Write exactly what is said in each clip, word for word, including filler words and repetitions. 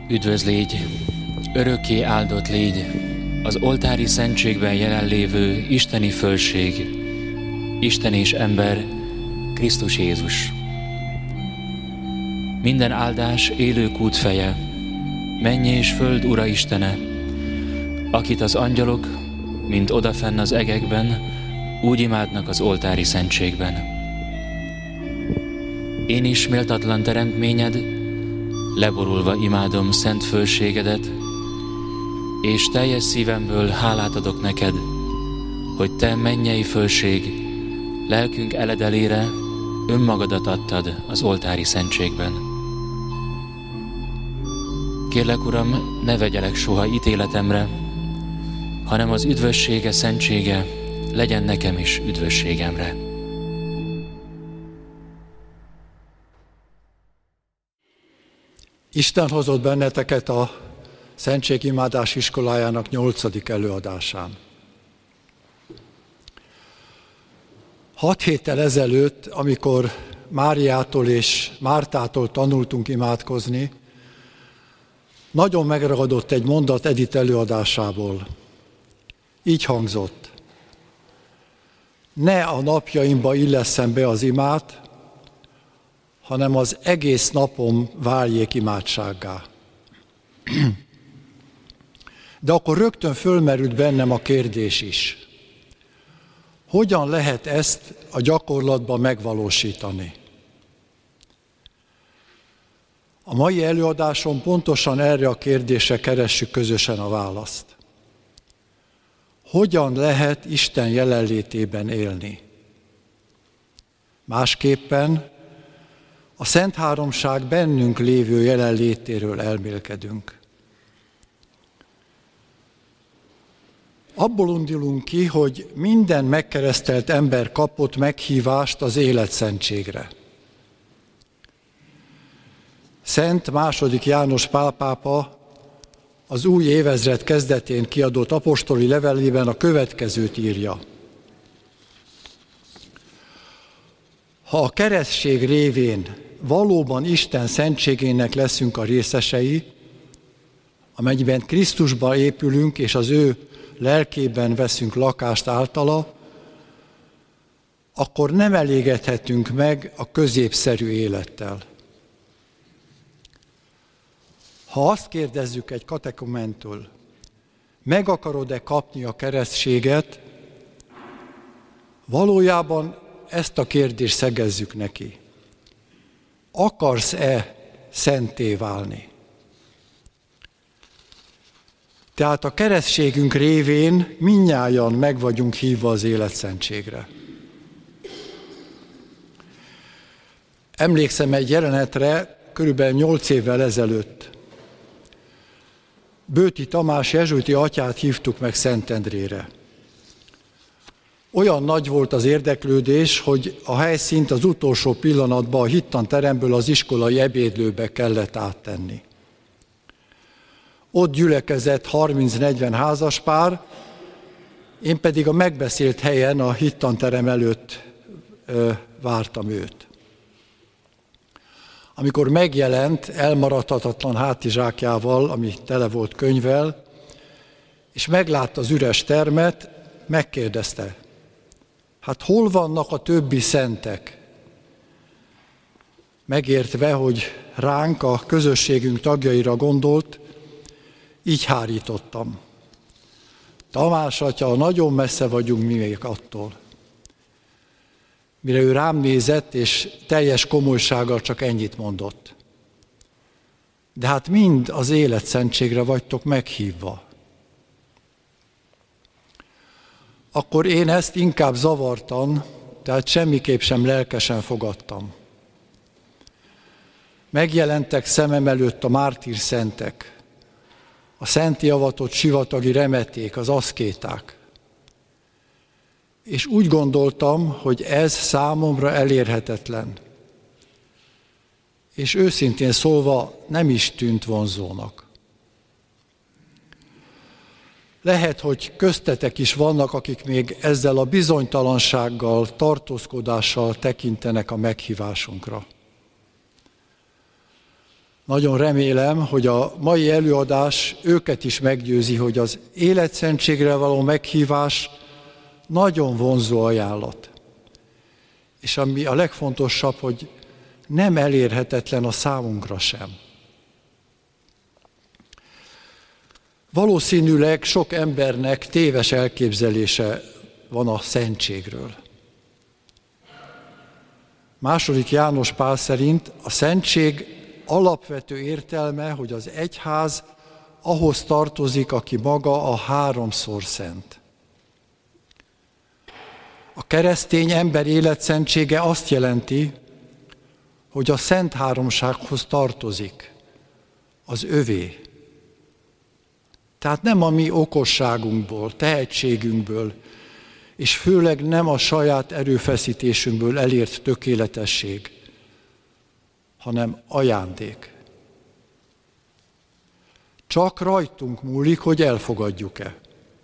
Üdvözl légy, örökké áldott légy, az oltári szentségben jelenlévő isteni fölség, Isten és ember, Krisztus Jézus. Minden áldás élők útfeje, mennyi és föld Ura Istene, akit az angyalok, mint odafenn az egekben, úgy imádnak az oltári szentségben. Én is méltatlan teremtményed, leborulva imádom szent fölségedet, és teljes szívemből hálát adok neked, hogy te mennyei fölség, lelkünk eledelére önmagadat adtad az oltári szentségben. Kérlek, Uram, ne vegyelek soha ítéletemre, hanem az üdvössége, szentsége legyen nekem is üdvösségemre. Isten hozott benneteket a Szentségimádás iskolájának nyolcadik előadásán. Hat héttel ezelőtt, amikor Máriától és Mártától tanultunk imádkozni, nagyon megragadott egy mondat Edith előadásából. Így hangzott: ne a napjaimba illesszem be az imát, hanem az egész napom váljék imádsággá. De akkor rögtön fölmerült bennem a kérdés is. Hogyan lehet ezt a gyakorlatban megvalósítani? A mai előadáson pontosan erre a kérdésre keressük közösen a választ. Hogyan lehet Isten jelenlétében élni? Másképpen a Szent Háromság bennünk lévő jelenlétéről elmélkedünk. Abból indulunk ki, hogy minden megkeresztelt ember kapott meghívást az életszentségre. Szent második János Pál pápa az új évezred kezdetén kiadott apostoli levelében a következőt írja. Ha a keresztség révén valóban Isten szentségének leszünk a részesei, amennyiben Krisztusba épülünk, és az ő lelkében veszünk lakást általa, akkor nem elégedhetünk meg a középszerű élettel. Ha azt kérdezzük egy katekumentől, meg akarod-e kapni a keresztséget, valójában ezt a kérdést szegezzük neki. Akarsz-e szentté válni? Tehát a keresztségünk révén mindnyájan meg vagyunk hívva az életszentségre. Emlékszem egy jelenetre körülbelül nyolc évvel ezelőtt. Bőti Tamás jezsuiti atyát hívtuk meg Szentendrére. Olyan nagy volt az érdeklődés, hogy a helyszínt az utolsó pillanatban a hittanteremből az iskolai ebédlőbe kellett áttenni. Ott gyülekezett harminc-negyven házaspár, én pedig a megbeszélt helyen a hittanterem előtt ö, vártam őt. Amikor megjelent elmaradhatatlan hátizsákjával, ami tele volt könyvvel, és meglátta az üres termet, megkérdezte: hát hol vannak a többi szentek? Megértve, hogy ránk, a közösségünk tagjaira gondolt, így hárítottam. Tamás atya, nagyon messze vagyunk mi még attól. Mire ő rám nézett, és teljes komolysággal csak ennyit mondott. De hát mind az életszentségre vagytok meghívva. Akkor én ezt inkább zavartan, tehát semmiképp sem lelkesen fogadtam. Megjelentek szemem előtt a mártír szentek, a szenti avatott sivatagi remeték, az aszkéták. És úgy gondoltam, hogy ez számomra elérhetetlen. És őszintén szólva nem is tűnt vonzónak. Lehet, hogy köztetek is vannak, akik még ezzel a bizonytalansággal, tartózkodással tekintenek a meghívásunkra. Nagyon remélem, hogy a mai előadás őket is meggyőzi, hogy az életszentségre való meghívás nagyon vonzó ajánlat. És ami a legfontosabb, hogy nem elérhetetlen a számunkra sem. Valószínűleg sok embernek téves elképzelése van a szentségről. Második János Pál szerint a szentség alapvető értelme, hogy az egyház ahhoz tartozik, aki maga a háromszor szent. A keresztény ember életszentsége azt jelenti, hogy a Szent Háromsághoz tartozik, az övé. Tehát nem a mi okosságunkból, tehetségünkből, és főleg nem a saját erőfeszítésünkből elért tökéletesség, hanem ajándék. Csak rajtunk múlik, hogy elfogadjuk-e.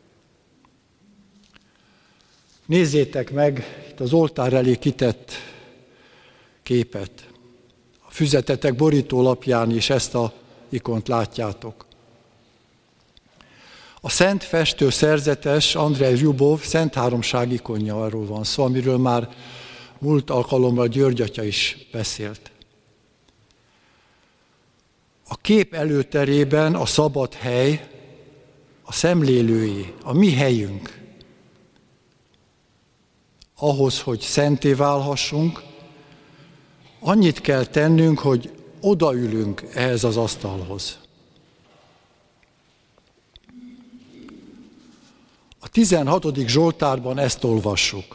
Nézzétek meg itt az oltár elé kitett képet. A füzetetek borítólapján is ezt a ikont látjátok. A szent festő szerzetes Andrej Zsubov Szent Háromság ikonja, arról van szó, amiről már múlt alkalommal György atya is beszélt. A kép előterében a szabad hely, a szemlélői, a mi helyünk. Ahhoz, hogy szenté válhassunk, annyit kell tennünk, hogy odaülünk ehhez az asztalhoz. A tizenhatodik Zsoltárban ezt olvassuk.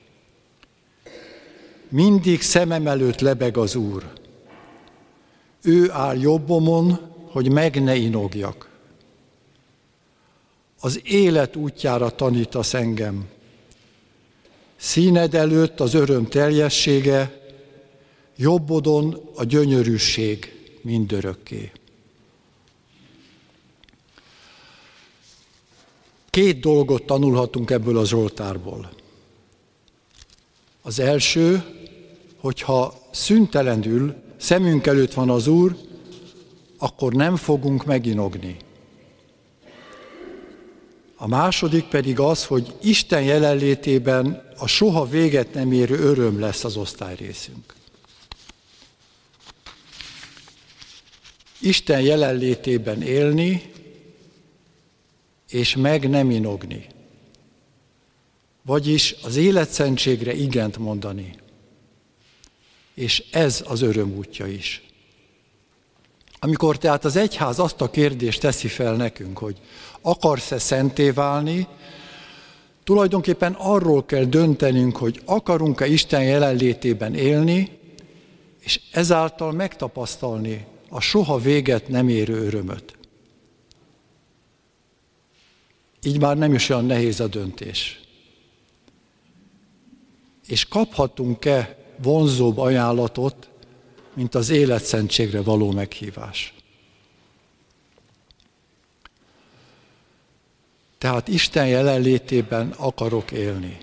Mindig szemem előtt lebeg az Úr. Ő áll jobbomon, hogy meg ne inogjak. Az élet útjára tanítasz engem. Színed előtt az öröm teljessége, jobbodon a gyönyörűség mindörökké. Két dolgot tanulhatunk ebből a Zsoltárból. Az első, hogyha szüntelenül szemünk előtt van az Úr, akkor nem fogunk meginogni. A második pedig az, hogy Isten jelenlétében a soha véget nem érő öröm lesz az osztályrészünk. Isten jelenlétében élni, és meg nem inogni. Vagyis az életszentségre igent mondani. És ez az öröm útja is. Amikor tehát az egyház azt a kérdést teszi fel nekünk, hogy akarsz-e szenté válni, tulajdonképpen arról kell döntenünk, hogy akarunk-e Isten jelenlétében élni, és ezáltal megtapasztalni a soha véget nem érő örömöt. Így már nem is olyan nehéz a döntés. És kaphatunk-e vonzóbb ajánlatot, mint az életszentségre való meghívás? Tehát Isten jelenlétében akarok élni.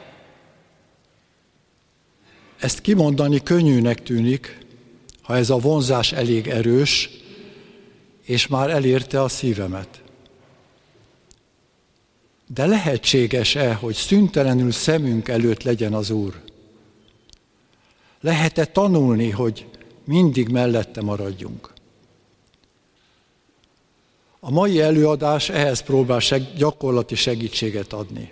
Ezt kimondani könnyűnek tűnik, ha ez a vonzás elég erős, és már elérte a szívemet. De lehetséges-e, hogy szüntelenül szemünk előtt legyen az Úr? Lehet-e tanulni, hogy mindig mellette maradjunk? A mai előadás ehhez próbál seg- gyakorlati segítséget adni.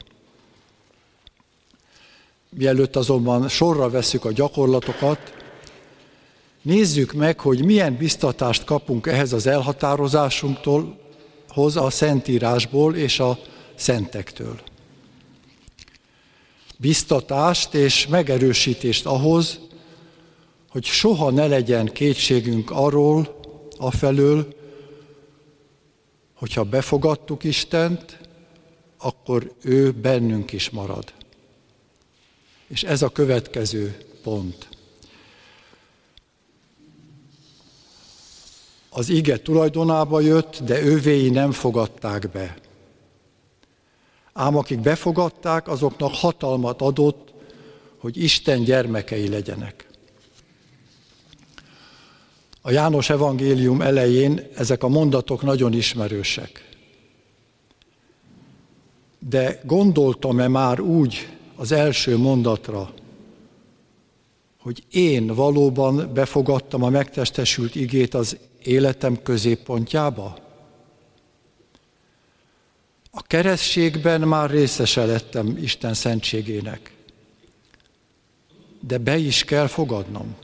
Mielőtt azonban sorra vesszük a gyakorlatokat, nézzük meg, hogy milyen biztatást kapunk ehhez az elhatározásunktól, hoz a Szentírásból és a szentektől. Biztatást és megerősítést ahhoz, hogy soha ne legyen kétségünk arról, afelől, hogyha befogadtuk Istent, akkor ő bennünk is marad. És ez a következő pont. Az ige tulajdonába jött, de ővéi nem fogadták be. Ám akik befogadták, azoknak hatalmat adott, hogy Isten gyermekei legyenek. A János evangélium elején ezek a mondatok nagyon ismerősek. De gondoltam-e már úgy az első mondatra, hogy én valóban befogadtam a megtestesült igét az életem középpontjába? A keresztségben már részese lettem Isten szentségének, de be is kell fogadnom.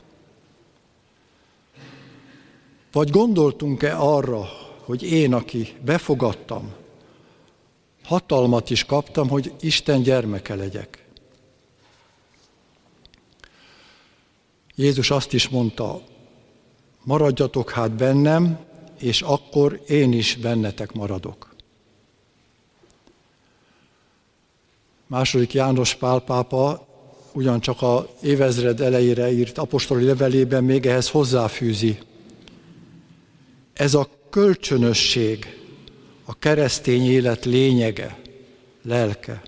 Vagy gondoltunk-e arra, hogy én, aki befogadtam, hatalmat is kaptam, hogy Isten gyermeke legyek? Jézus azt is mondta, maradjatok hát bennem, és akkor én is bennetek maradok. Második János Pál pápa ugyancsak az évezred elejére írt apostoli levelében még ehhez hozzáfűzi. Ez a kölcsönösség, a keresztény élet lényege, lelke.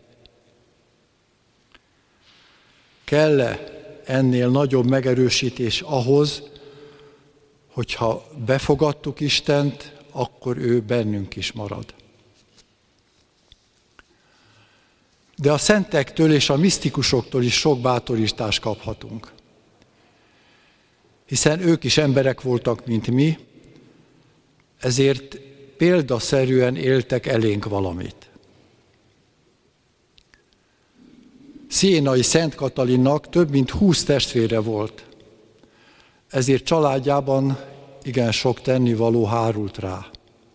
Kell-e ennél nagyobb megerősítés ahhoz, hogyha befogadtuk Istent, akkor ő bennünk is marad. De a szentektől és a misztikusoktól is sok bátorítást kaphatunk. Hiszen ők is emberek voltak, mint mi, ezért példaszerűen éltek elénk valamit. Sziénai Szent Katalinnak több mint húsz testvére volt, ezért családjában igen sok tennivaló hárult rá.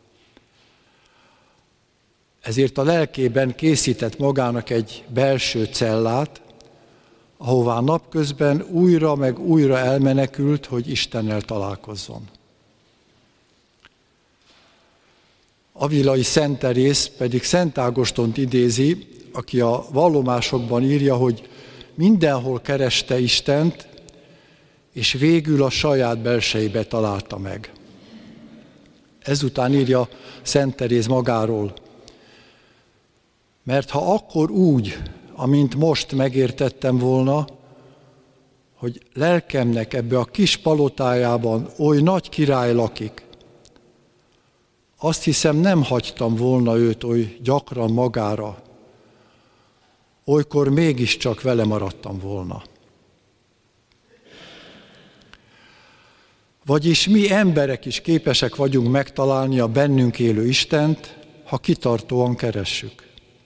Ezért a lelkében készített magának egy belső cellát, ahová napközben újra meg újra elmenekült, hogy Istennel találkozzon. Avilai Szent Teréz pedig Szent Ágostont idézi, aki a vallomásokban írja, hogy mindenhol kereste Istent, és végül a saját belsejébe találta meg. Ezután írja Szent Teréz magáról, mert ha akkor úgy, amint most megértettem volna, hogy lelkemnek ebbe a kis palotájában oly nagy király lakik, azt hiszem, nem hagytam volna őt oly gyakran magára, olykor mégiscsak vele maradtam volna. Vagyis mi emberek is képesek vagyunk megtalálni a bennünk élő Istent, ha kitartóan keressük.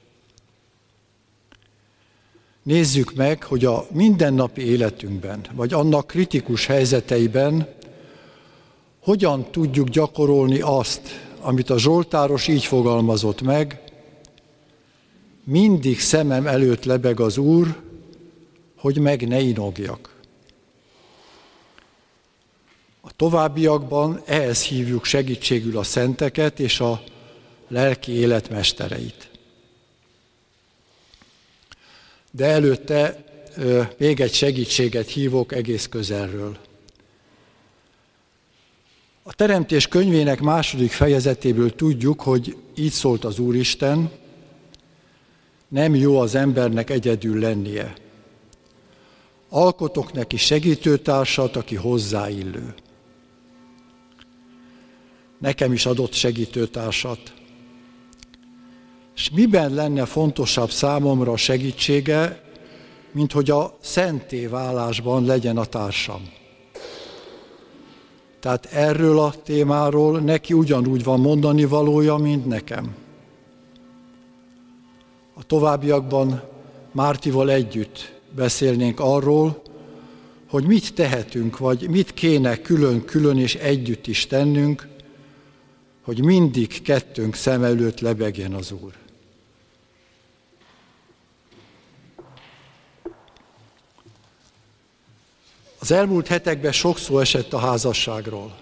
Nézzük meg, hogy a mindennapi életünkben, vagy annak kritikus helyzeteiben hogyan tudjuk gyakorolni azt, amit a zsoltáros így fogalmazott meg, mindig szemem előtt lebeg az Úr, hogy meg ne inogjak. A továbbiakban ehhez hívjuk segítségül a szenteket és a lelki élet mestereit. De előtte még egy segítséget hívok egész közelről. A Teremtés könyvének második fejezetéből tudjuk, hogy így szólt az Úristen, nem jó az embernek egyedül lennie. Alkotok neki segítőtársat, aki hozzáillő. Nekem is adott segítőtársat. És miben lenne fontosabb számomra a segítsége, mint hogy a szenté válásban legyen a társam. Tehát erről a témáról neki ugyanúgy van mondani valója, mint nekem. A továbbiakban Mártival együtt beszélnénk arról, hogy mit tehetünk, vagy mit kéne külön-külön és együtt is tennünk, hogy mindig kettőnk szem előtt lebegjen az Úr. Az elmúlt hetekben sok szó esett a házasságról.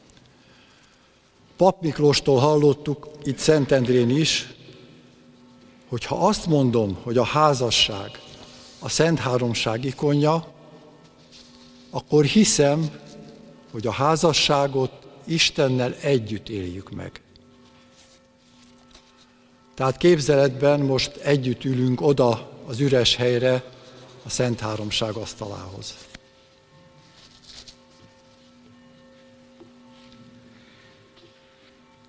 Pap Miklóstól hallottuk, itt Szentendrén is, hogy ha azt mondom, hogy a házasság a Szent Háromság ikonja, akkor hiszem, hogy a házasságot Istennel együtt éljük meg. Tehát képzeletben most együtt ülünk oda az üres helyre a Szent Háromság asztalához.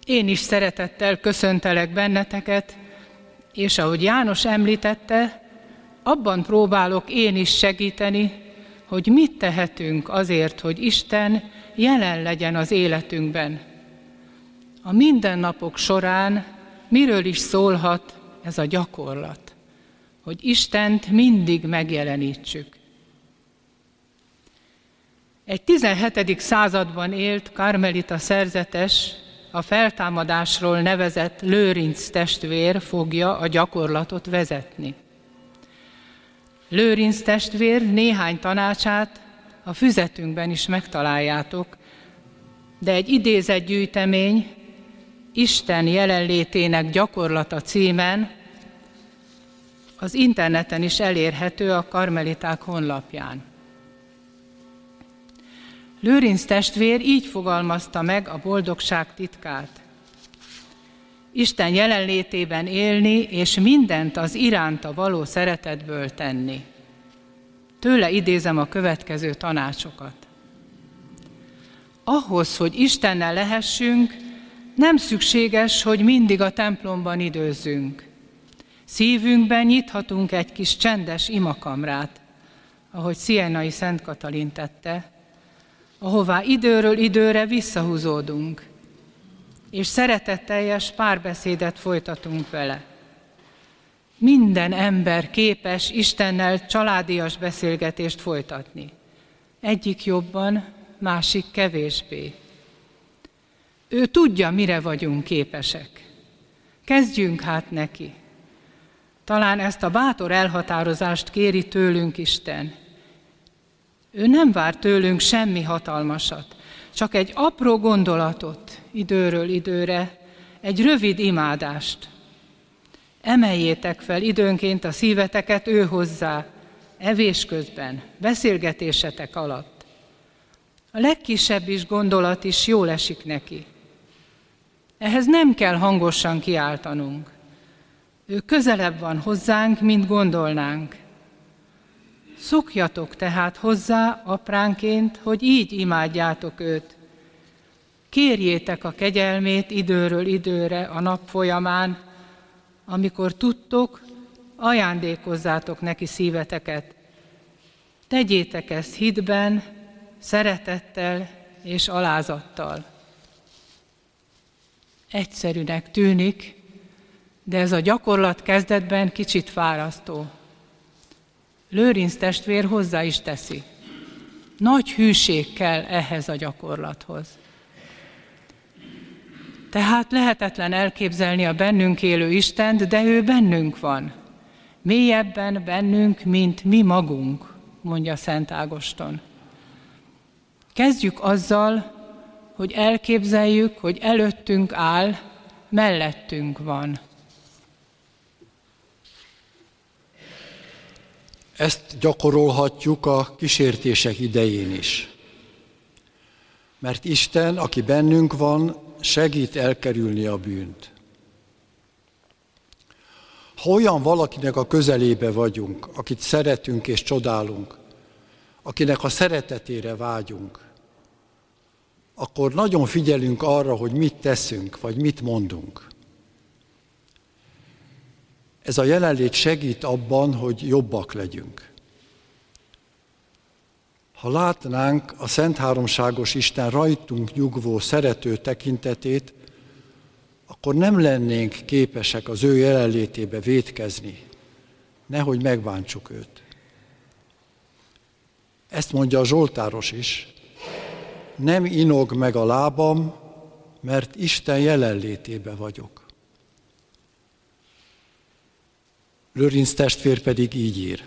Én is szeretettel köszöntelek benneteket, és ahogy János említette, abban próbálok én is segíteni, hogy mit tehetünk azért, hogy Isten jelen legyen az életünkben. A mindennapok során miről is szólhat ez a gyakorlat, hogy Istent mindig megjelenítsük. Egy tizenhetedik században élt karmelita szerzetes, a feltámadásról nevezett Lőrinc testvér fogja a gyakorlatot vezetni. Lőrinc testvér néhány tanácsát a füzetünkben is megtaláljátok, de egy idézett gyűjtemény Isten jelenlétének gyakorlata címen az interneten is elérhető a karmeliták honlapján. Lőrinc testvér így fogalmazta meg a boldogság titkát. Isten jelenlétében élni, és mindent az iránta való szeretetből tenni. Tőle idézem a következő tanácsokat. Ahhoz, hogy Istennel lehessünk, nem szükséges, hogy mindig a templomban időzzünk. Szívünkben nyithatunk egy kis csendes imakamrát, ahogy Szienai Szent Katalin tette, ahová időről időre visszahúzódunk, és szeretetteljes párbeszédet folytatunk vele. Minden ember képes Istennel családias beszélgetést folytatni. Egyik jobban, másik kevésbé. Ő tudja, mire vagyunk képesek. Kezdjünk hát neki. Talán ezt a bátor elhatározást kéri tőlünk Isten. Ő nem vár tőlünk semmi hatalmasat, csak egy apró gondolatot időről időre, egy rövid imádást. Emeljétek fel időnként a szíveteket ő hozzá, evés közben, beszélgetésetek alatt. A legkisebb is gondolat is jól esik neki. Ehhez nem kell hangosan kiáltanunk. Ő közelebb van hozzánk, mint gondolnánk. Szokjatok tehát hozzá apránként, hogy így imádjátok őt. Kérjétek a kegyelmét időről időre a nap folyamán, amikor tudtok, ajándékozzátok neki szíveteket. Tegyétek ezt hitben, szeretettel és alázattal. Egyszerűnek tűnik, de ez a gyakorlat kezdetben kicsit fárasztó. Lőrinc testvér hozzá is teszi. Nagy hűség kell ehhez a gyakorlathoz. Tehát lehetetlen elképzelni a bennünk élő Istent, de ő bennünk van. Mélyebben bennünk, mint mi magunk, mondja Szent Ágoston. Kezdjük azzal, hogy elképzeljük, hogy előttünk áll, mellettünk van. Ezt gyakorolhatjuk a kísértések idején is. Mert Isten, aki bennünk van, segít elkerülni a bűnt. Ha olyan valakinek a közelébe vagyunk, akit szeretünk és csodálunk, akinek a szeretetére vágyunk, akkor nagyon figyelünk arra, hogy mit teszünk, vagy mit mondunk. Ez a jelenlét segít abban, hogy jobbak legyünk. Ha látnánk a Szent Háromságos Isten rajtunk nyugvó szerető tekintetét, akkor nem lennénk képesek az ő jelenlétébe vétkezni, nehogy megbántsuk őt. Ezt mondja a Zsoltáros is, nem inog meg a lábam, mert Isten jelenlétébe vagyok. Lőrinc testvér pedig így ír.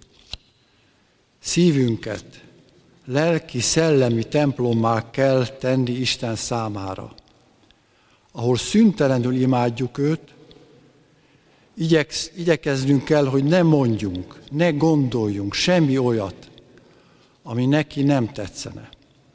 Szívünket lelki-szellemi templommá kell tenni Isten számára, ahol szüntelenül imádjuk őt, igyeksz, igyekeznünk kell, hogy ne mondjunk, ne gondoljunk semmi olyat, ami neki nem tetszene.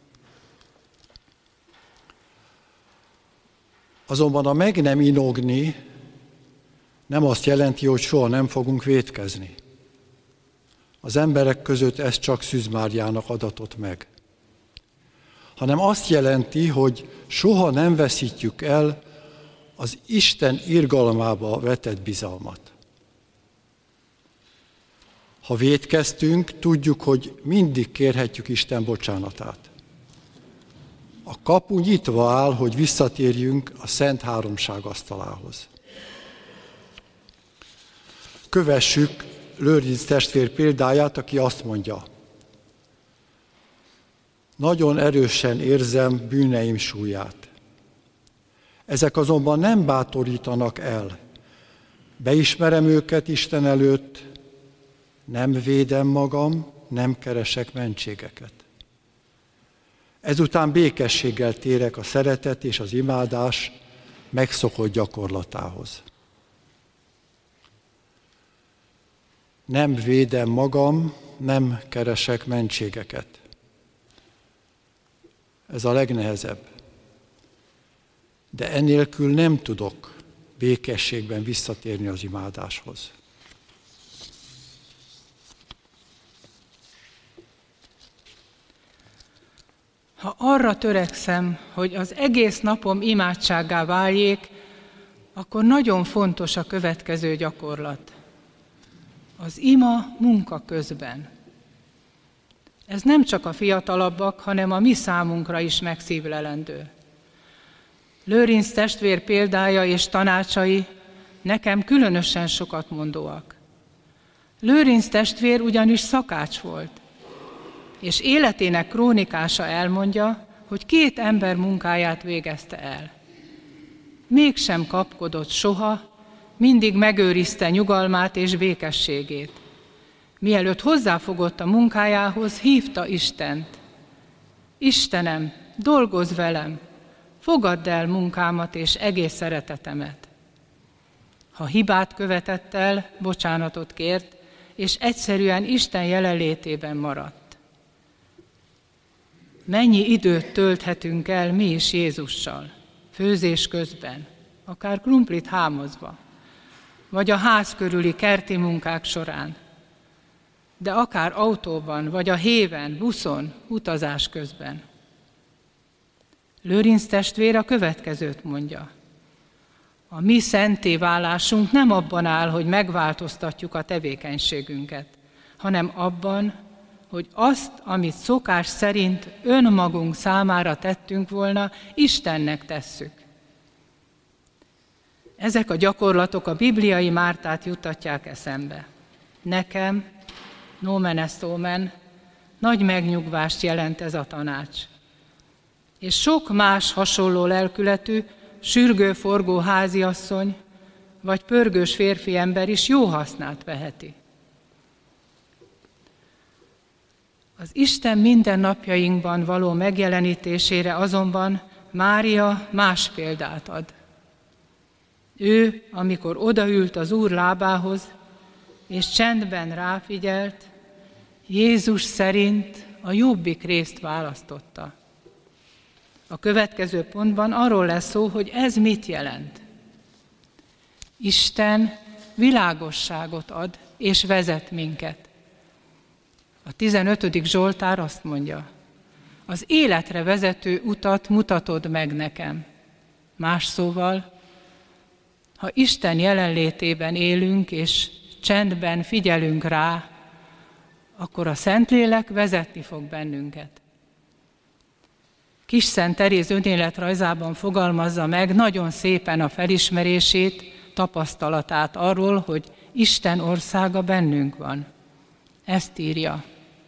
Azonban a meg nem inogni nem azt jelenti, hogy soha nem fogunk vétkezni. Az emberek között ez csak Szűz Máriának adatott meg. Hanem azt jelenti, hogy soha nem veszítjük el az Isten irgalmába vetett bizalmat. Ha vétkeztünk, tudjuk, hogy mindig kérhetjük Isten bocsánatát. A kapu nyitva áll, hogy visszatérjünk a Szent Háromság asztalához. Kövessük Lőrinc testvér példáját, aki azt mondja: nagyon erősen érzem bűneim súlyát. Ezek azonban nem bátorítanak el. Beismerem őket Isten előtt, nem védem magam, nem keresek mentségeket. Ezután békességgel térek a szeretet és az imádás megszokott gyakorlatához. Nem védem magam, nem keresek mentségeket. Ez a legnehezebb. De ennélkül nem tudok békességben visszatérni az imádáshoz. Ha arra törekszem, hogy az egész napom imádsággá váljék, akkor nagyon fontos a következő gyakorlat. Az ima munka közben. Ez nem csak a fiatalabbak, hanem a mi számunkra is megszívlelendő. Lőrinc testvér példája és tanácsai nekem különösen sokat mondóak. Lőrinc testvér ugyanis szakács volt, és életének krónikása elmondja, hogy két ember munkáját végezte el. Mégsem kapkodott soha, mindig megőrizte nyugalmát és békességét. Mielőtt hozzáfogott a munkájához, hívta Istent. Istenem, dolgozz velem, fogadd el munkámat és egész szeretetemet. Ha hibát követett el, bocsánatot kért, és egyszerűen Isten jelenlétében maradt. Mennyi időt tölthetünk el mi is Jézussal, főzés közben, akár krumplit hámozva, vagy a ház körüli kerti munkák során, de akár autóban, vagy a héven, buszon, utazás közben. Lőrinc testvér a következőt mondja: a mi szenté válásunk nem abban áll, hogy megváltoztatjuk a tevékenységünket, hanem abban, hogy azt, amit szokás szerint önmagunk számára tettünk volna, Istennek tesszük. Ezek a gyakorlatok a bibliai Mártát juttatják eszembe. Nekem, nomen est omen, nagy megnyugvást jelent ez a tanács. És sok más hasonló lelkületű, sürgőforgó háziasszony vagy pörgős férfi ember is jó hasznát veheti. Az Isten mindennapjainkban való megjelenítésére azonban Mária más példát ad. Ő, amikor odaült az Úr lábához, és csendben ráfigyelt, Jézus szerint a jobbik részt választotta. A következő pontban arról lesz szó, hogy ez mit jelent. Isten világosságot ad és vezet minket. A tizenötödik Zsoltár azt mondja: az életre vezető utat mutatod meg nekem. Más szóval, ha Isten jelenlétében élünk és csendben figyelünk rá, akkor a Szentlélek vezetni fog bennünket. Kis Szent Teréz önéletrajzában fogalmazza meg nagyon szépen a felismerését, tapasztalatát arról, hogy Isten országa bennünk van. Ezt írja: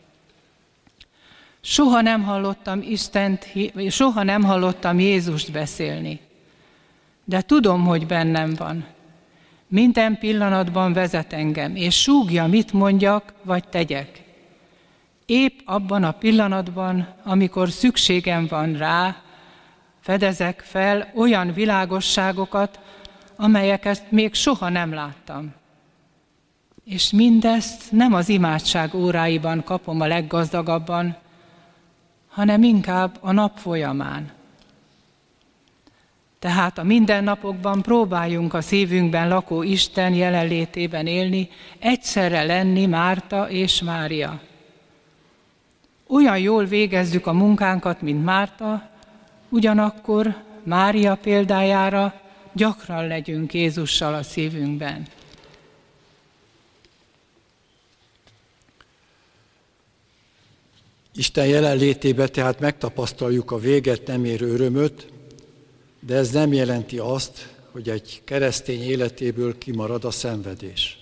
Soha nem hallottam Istent, soha nem hallottam Jézust beszélni, de tudom, hogy bennem van. Minden pillanatban vezet engem, és súgja, mit mondjak, vagy tegyek. Épp abban a pillanatban, amikor szükségem van rá, fedezek fel olyan világosságokat, amelyeket még soha nem láttam. És mindezt nem az imádság óráiban kapom a leggazdagabban, hanem inkább a nap folyamán. Tehát a mindennapokban próbáljunk a szívünkben lakó Isten jelenlétében élni, egyszerre lenni Márta és Mária. Olyan jól végezzük a munkánkat, mint Márta, ugyanakkor Mária példájára gyakran legyünk Jézussal a szívünkben. Isten jelenlétébe tehát megtapasztaljuk a véget nem érő örömöt, de ez nem jelenti azt, hogy egy keresztény életéből kimarad a szenvedés.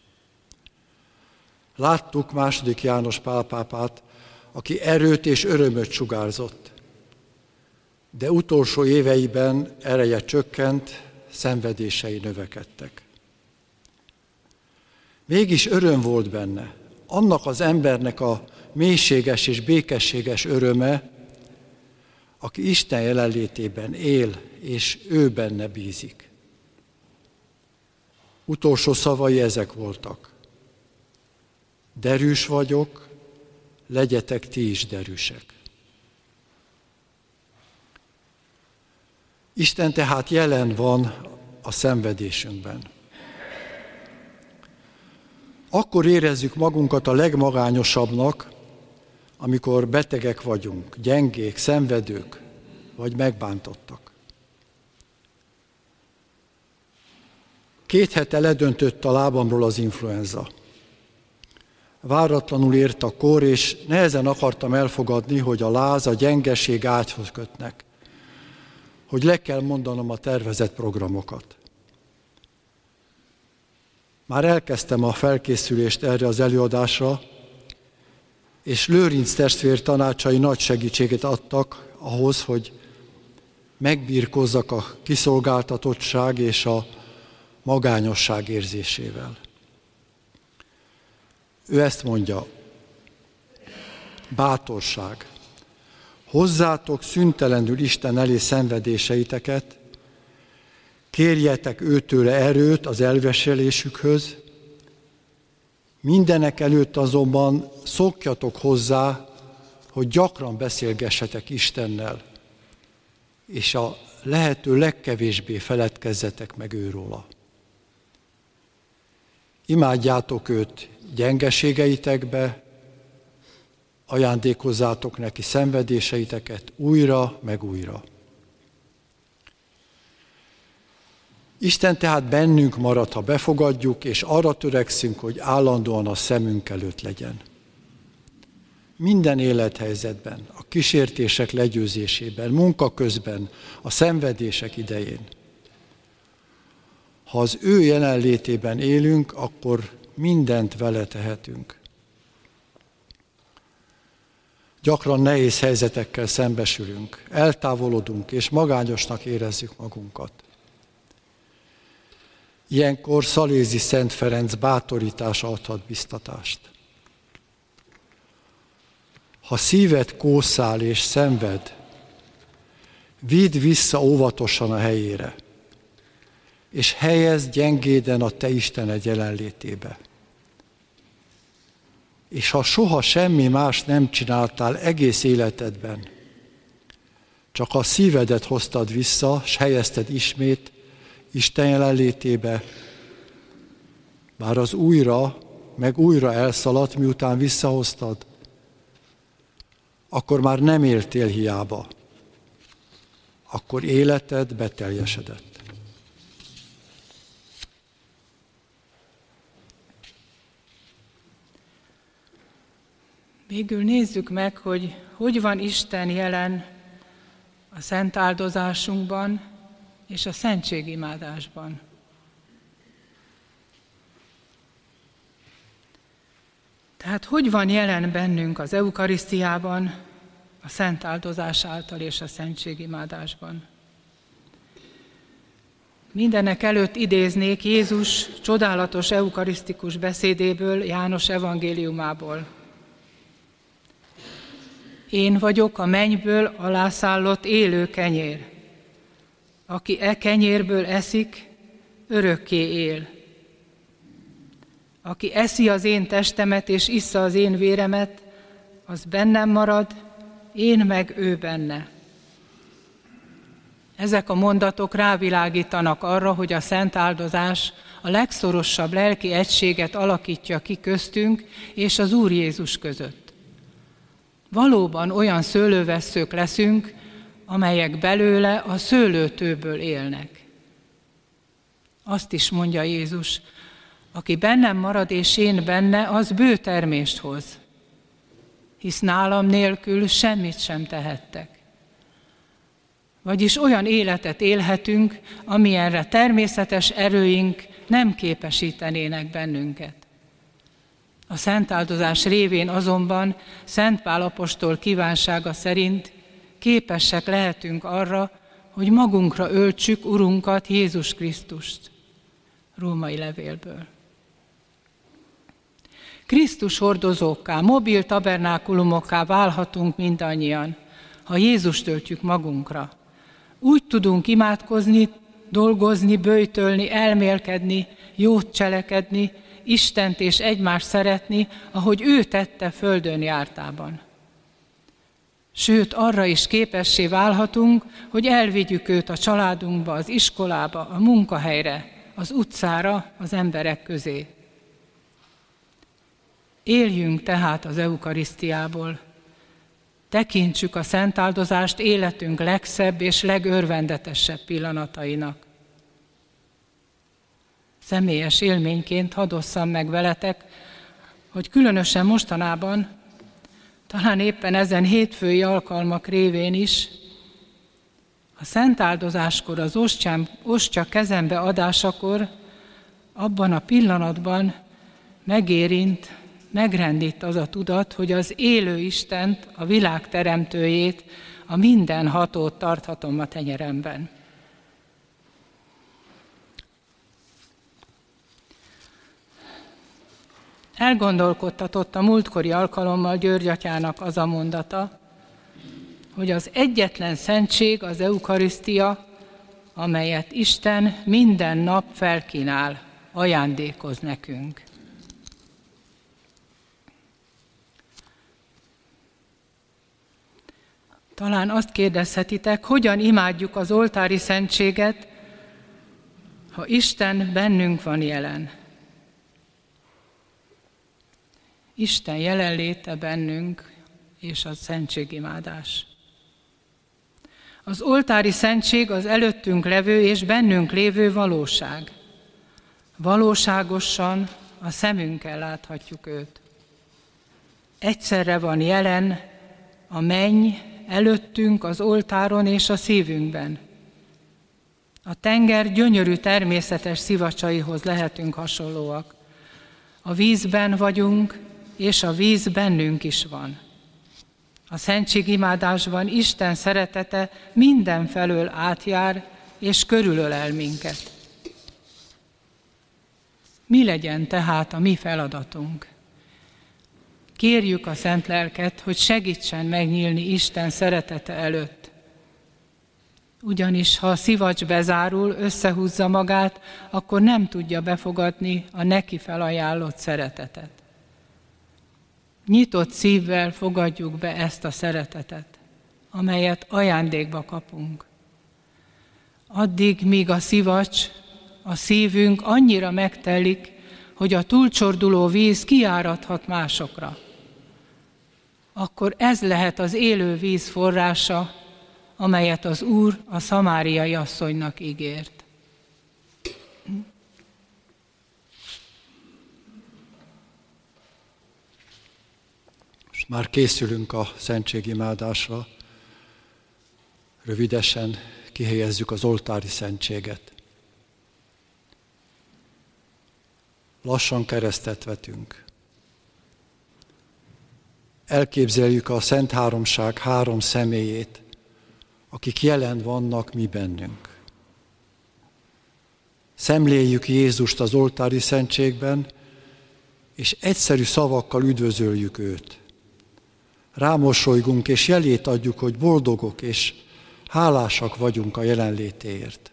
Láttuk második János Pál pápát, aki erőt és örömöt sugárzott, de utolsó éveiben ereje csökkent, szenvedései növekedtek. Mégis öröm volt benne, annak az embernek a mélységes és békességes öröme, aki Isten jelenlétében él, és ő benne bízik. Utolsó szavai ezek voltak. Derűs vagyok, legyetek ti is derűsek. Isten tehát jelen van a szenvedésünkben. Akkor érezzük magunkat a legmagányosabbnak, amikor betegek vagyunk, gyengék, szenvedők, vagy megbántottak. Két hete ledöntött a lábamról az influenza. Váratlanul ért a kor, és nehezen akartam elfogadni, hogy a láz, a gyengeség ágyhoz kötnek, hogy le kell mondanom a tervezett programokat. Már elkezdtem a felkészülést erre az előadásra, és Lőrinc testvér tanácsai nagy segítséget adtak ahhoz, hogy megbirkózzak a kiszolgáltatottság és a magányosság érzésével. Ő ezt mondja, bátorság, hozzátok szüntelenül Isten elé szenvedéseiteket, kérjetek őtőle erőt az elviselésükhöz, mindenek előtt azonban szokjatok hozzá, hogy gyakran beszélgessetek Istennel, és a lehető legkevésbé feledkezzetek meg őróla. Imádjátok őt gyengeségeitekbe, ajándékozzátok neki szenvedéseiteket újra meg újra. Isten tehát bennünk marad, ha befogadjuk, és arra törekszünk, hogy állandóan a szemünk előtt legyen. Minden élethelyzetben, a kísértések legyőzésében, munka közben, a szenvedések idején. Ha az ő jelenlétében élünk, akkor mindent vele tehetünk. Gyakran nehéz helyzetekkel szembesülünk, eltávolodunk és magányosnak érezzük magunkat. Ilyenkor Szalézi Szent Ferenc bátorítása adhat biztatást. Ha szíved kószál és szenved, vidd vissza óvatosan a helyére, és helyezd gyengéden a te Istened jelenlétébe. És ha soha semmi más nem csináltál egész életedben, csak a szívedet hoztad vissza, s helyezted ismét Isten jelenlétébe, bár az újra, meg újra elszaladt, miután visszahoztad, akkor már nem éltél hiába, akkor életed beteljesedett. Végül nézzük meg, hogy hogy van Isten jelen a szent áldozásunkban és a szentségimádásban. Tehát hogy van jelen bennünk az eukarisztiában, a szent áldozás által és a szentségimádásban? Mindenek előtt idéznék Jézus csodálatos eukarisztikus beszédéből, János evangéliumából. Én vagyok a mennyből alászállott élő kenyér. Aki e kenyérből eszik, örökké él. Aki eszi az én testemet és issza az én véremet, az bennem marad, én meg ő benne. Ezek a mondatok rávilágítanak arra, hogy a szent áldozás a legszorosabb lelki egységet alakítja ki köztünk és az Úr Jézus között. Valóban olyan szőlővesszők leszünk, amelyek belőle a szőlőtőből élnek. Azt is mondja Jézus, aki bennem marad és én benne, az bő termést hoz, hisz nálam nélkül semmit sem tehettek. Vagyis olyan életet élhetünk, amilyenre természetes erőink nem képesítenének bennünket. A szentáldozás révén azonban Szent Pál apostol kívánsága szerint képesek lehetünk arra, hogy magunkra öltsük Urunkat, Jézus Krisztust. Római levélből. Krisztus hordozókká, mobil tabernákulumokká válhatunk mindannyian, ha Jézust öltjük magunkra. Úgy tudunk imádkozni, dolgozni, böjtölni, elmélkedni, jót cselekedni, Istent és egymást szeretni, ahogy ő tette földön jártában. Sőt, arra is képessé válhatunk, hogy elvigyük őt a családunkba, az iskolába, a munkahelyre, az utcára, az emberek közé. Éljünk tehát az eukarisztiából. Tekintsük a szentáldozást életünk legszebb és legörvendetesebb pillanatainak. Személyes élményként hadd osszam meg veletek, hogy különösen mostanában, talán éppen ezen hétfői alkalmak révén is, a szentáldozáskor, az ostya, ostya kezembe adásakor, abban a pillanatban megérint, megrendít az a tudat, hogy az élő Istent, a világ teremtőjét, a mindenhatót tarthatom a tenyeremben. Elgondolkodtatott a múltkori alkalommal György atyának az a mondata, hogy az egyetlen szentség az eukarisztia, amelyet Isten minden nap felkínál, ajándékoz nekünk. Talán azt kérdezhetitek, hogyan imádjuk az oltári szentséget, ha Isten bennünk van jelen. Isten jelenléte bennünk, és a szentségimádás. Az oltári szentség az előttünk levő és bennünk lévő valóság. Valóságosan a szemünkkel láthatjuk őt. Egyszerre van jelen a menny előttünk az oltáron és a szívünkben. A tenger gyönyörű természetes szivacsaihoz lehetünk hasonlóak. A vízben vagyunk, és a víz bennünk is van. A szentségimádásban Isten szeretete mindenfelől átjár, és körülölel minket. Mi legyen tehát a mi feladatunk? Kérjük a Szent Lelket, hogy segítsen megnyílni Isten szeretete előtt. Ugyanis ha a szivacs bezárul, összehúzza magát, akkor nem tudja befogadni a neki felajánlott szeretetet. Nyitott szívvel fogadjuk be ezt a szeretetet, amelyet ajándékba kapunk. Addig, míg a szivacs, a szívünk annyira megtelik, hogy a túlcsorduló víz kiáradhat másokra. Akkor ez lehet az élő víz forrása, amelyet az Úr a szamáriai asszonynak ígért. Most már készülünk a szentségimádásra. Rövidesen kihelyezzük az oltári szentséget. Lassan keresztet vetünk. Elképzeljük a Szent Háromság három személyét, akik jelen vannak mi bennünk. Szemléljük Jézust az oltári szentségben, és egyszerű szavakkal üdvözöljük őt. Rámosolygunk és jelét adjuk, hogy boldogok és hálásak vagyunk a jelenlétéért.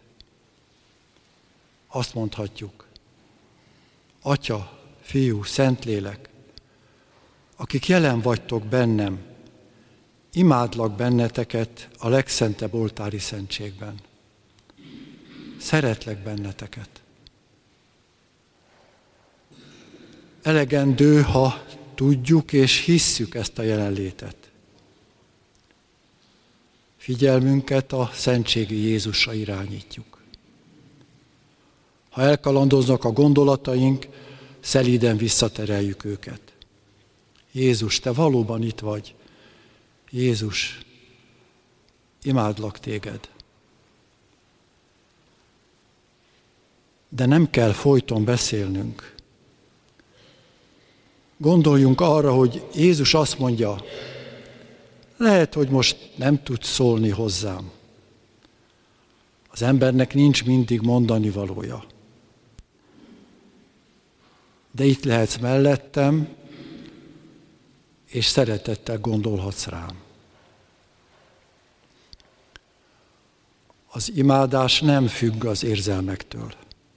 Azt mondhatjuk: Atya, Fiú, Szentlélek, akik jelen vagytok bennem, imádlak benneteket a legszentebb oltári szentségben. Szeretlek benneteket. Elegendő, ha tudjuk és hisszük ezt a jelenlétet. Figyelmünket a szentségi Jézusra irányítjuk. Ha elkalandoznak a gondolataink, szelíden visszatereljük őket. Jézus, te valóban itt vagy. Jézus, imádlak téged. De nem kell folyton beszélnünk. Gondoljunk arra, hogy Jézus azt mondja, lehet, hogy most nem tudsz szólni hozzám. Az embernek nincs mindig mondani valója. De itt lehetsz mellettem, és szeretettel gondolhatsz rám. Az imádás nem függ az érzelmektől.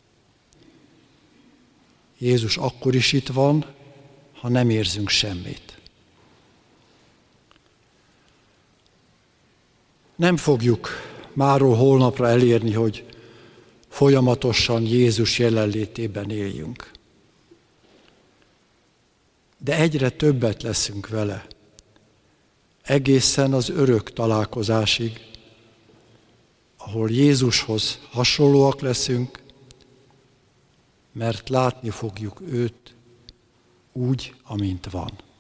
Jézus akkor is itt van, ha nem érzünk semmit. Nem fogjuk máról holnapra elérni, hogy folyamatosan Jézus jelenlétében éljünk. De egyre többet leszünk vele, egészen az örök találkozásig, ahol Jézushoz hasonlóak leszünk, mert látni fogjuk őt úgy, amint van.